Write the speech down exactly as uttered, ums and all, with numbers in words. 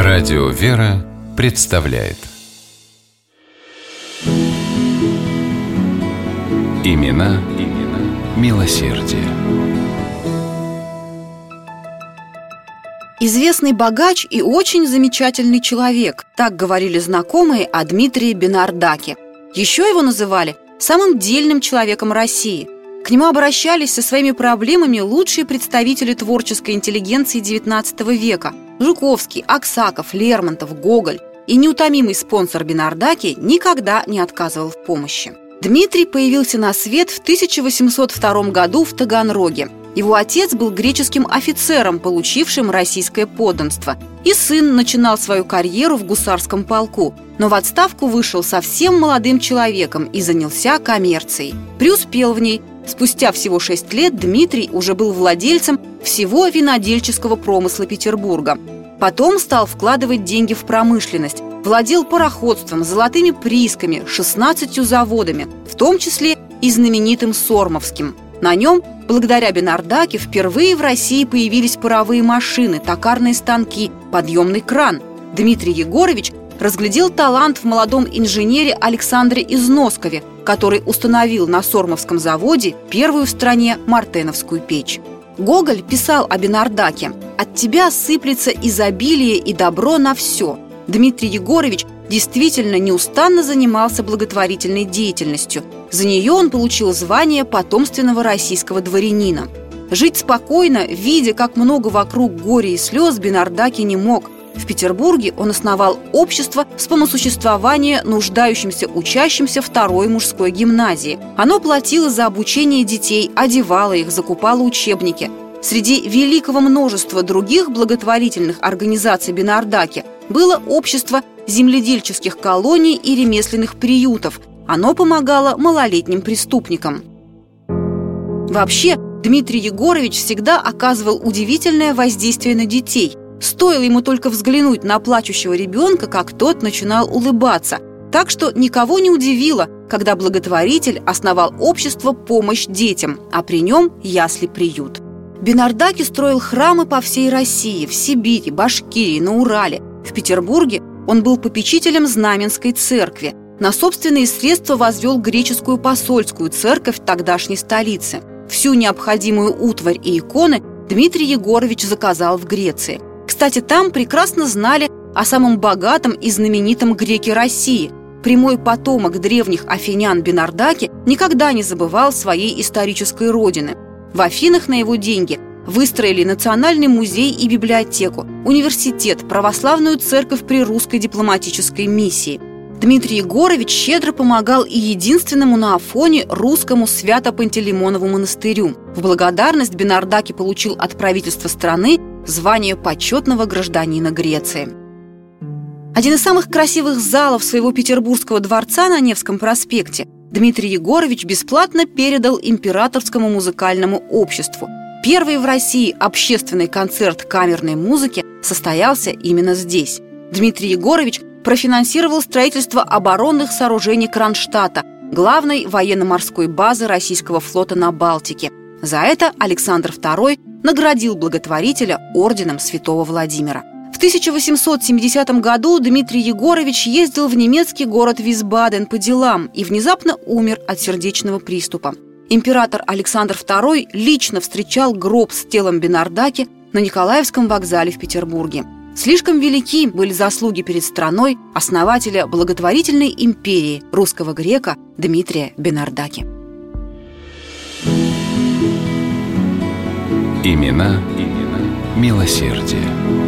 Радио «Вера» представляет Имена, имена милосердия. Известный богач и очень замечательный человек, так говорили знакомые о Дмитрии Бенардаке. Еще его называли самым дельным человеком России. К нему обращались со своими проблемами лучшие представители творческой интеллигенции девятнадцатого века – Жуковский, Аксаков, Лермонтов, Гоголь. И неутомимый спонсор Бенардаки никогда не отказывал в помощи. Дмитрий появился на свет в тысяча восемьсот втором году в Таганроге. Его отец был греческим офицером, получившим российское подданство, и сын начинал свою карьеру в гусарском полку, но в отставку вышел совсем молодым человеком и занялся коммерцией. Преуспел в ней. Спустя всего шесть лет Дмитрий уже был владельцем всего винодельческого промысла Петербурга. Потом стал вкладывать деньги в промышленность, владел пароходством, золотыми приисками, шестнадцатью заводами, в том числе и знаменитым Сормовским. На нем, благодаря Бенардаке, впервые в России появились паровые машины, токарные станки, подъемный кран. Дмитрий Егорович разглядел талант в молодом инженере Александре Износкове, который установил на Сормовском заводе первую в стране мартеновскую печь. Гоголь писал о Бенардаке: «От тебя сыплется изобилие и добро на все». Дмитрий Егорович действительно неустанно занимался благотворительной деятельностью. За нее он получил звание потомственного российского дворянина. Жить спокойно, видя, как много вокруг горя и слез, Бенардаки не мог. В Петербурге он основал общество вспомоществования нуждающимся учащимся второй мужской гимназии. Оно платило за обучение детей, одевало их, закупало учебники. Среди великого множества других благотворительных организаций Бенардаки было общество земледельческих колоний и ремесленных приютов. Оно помогало малолетним преступникам. Вообще, Дмитрий Егорович всегда оказывал удивительное воздействие на детей. Стоило ему только взглянуть на плачущего ребенка, как тот начинал улыбаться. Так что никого не удивило, когда благотворитель основал общество «Помощь детям», а при нем ясли-приют. Бенардаки строил храмы по всей России, в Сибири, Башкирии, на Урале. В Петербурге он был попечителем Знаменской церкви. На собственные средства возвел греческую посольскую церковь тогдашней столицы. Всю необходимую утварь и иконы Дмитрий Егорович заказал в Греции. Кстати, там прекрасно знали о самом богатом и знаменитом греке России. Прямой потомок древних афинян Бенардаки никогда не забывал своей исторической родины. В Афинах на его деньги выстроили национальный музей и библиотеку, университет, православную церковь при русской дипломатической миссии. Дмитрий Егорович щедро помогал и единственному на Афоне русскому Свято-Пантелеймонову монастырю. В благодарность Бенардаки получил от правительства страны звание почетного гражданина Греции. Один из самых красивых залов своего петербургского дворца на Невском проспекте Дмитрий Егорович бесплатно передал Императорскому музыкальному обществу. Первый в России общественный концерт камерной музыки состоялся именно здесь. Дмитрий Егорович профинансировал строительство оборонных сооружений Кронштадта, главной военно-морской базы российского флота на Балтике. За это Александр второй наградил благотворителя орденом Святого Владимира. В тысяча восемьсот семидесятом году Дмитрий Егорович ездил в немецкий город Висбаден по делам и внезапно умер от сердечного приступа. Император Александр второй лично встречал гроб с телом Бенардаки на Николаевском вокзале в Петербурге. Слишком велики были заслуги перед страной основателя благотворительной империи русского грека Дмитрия Бенардаки. Имена, имена милосердия.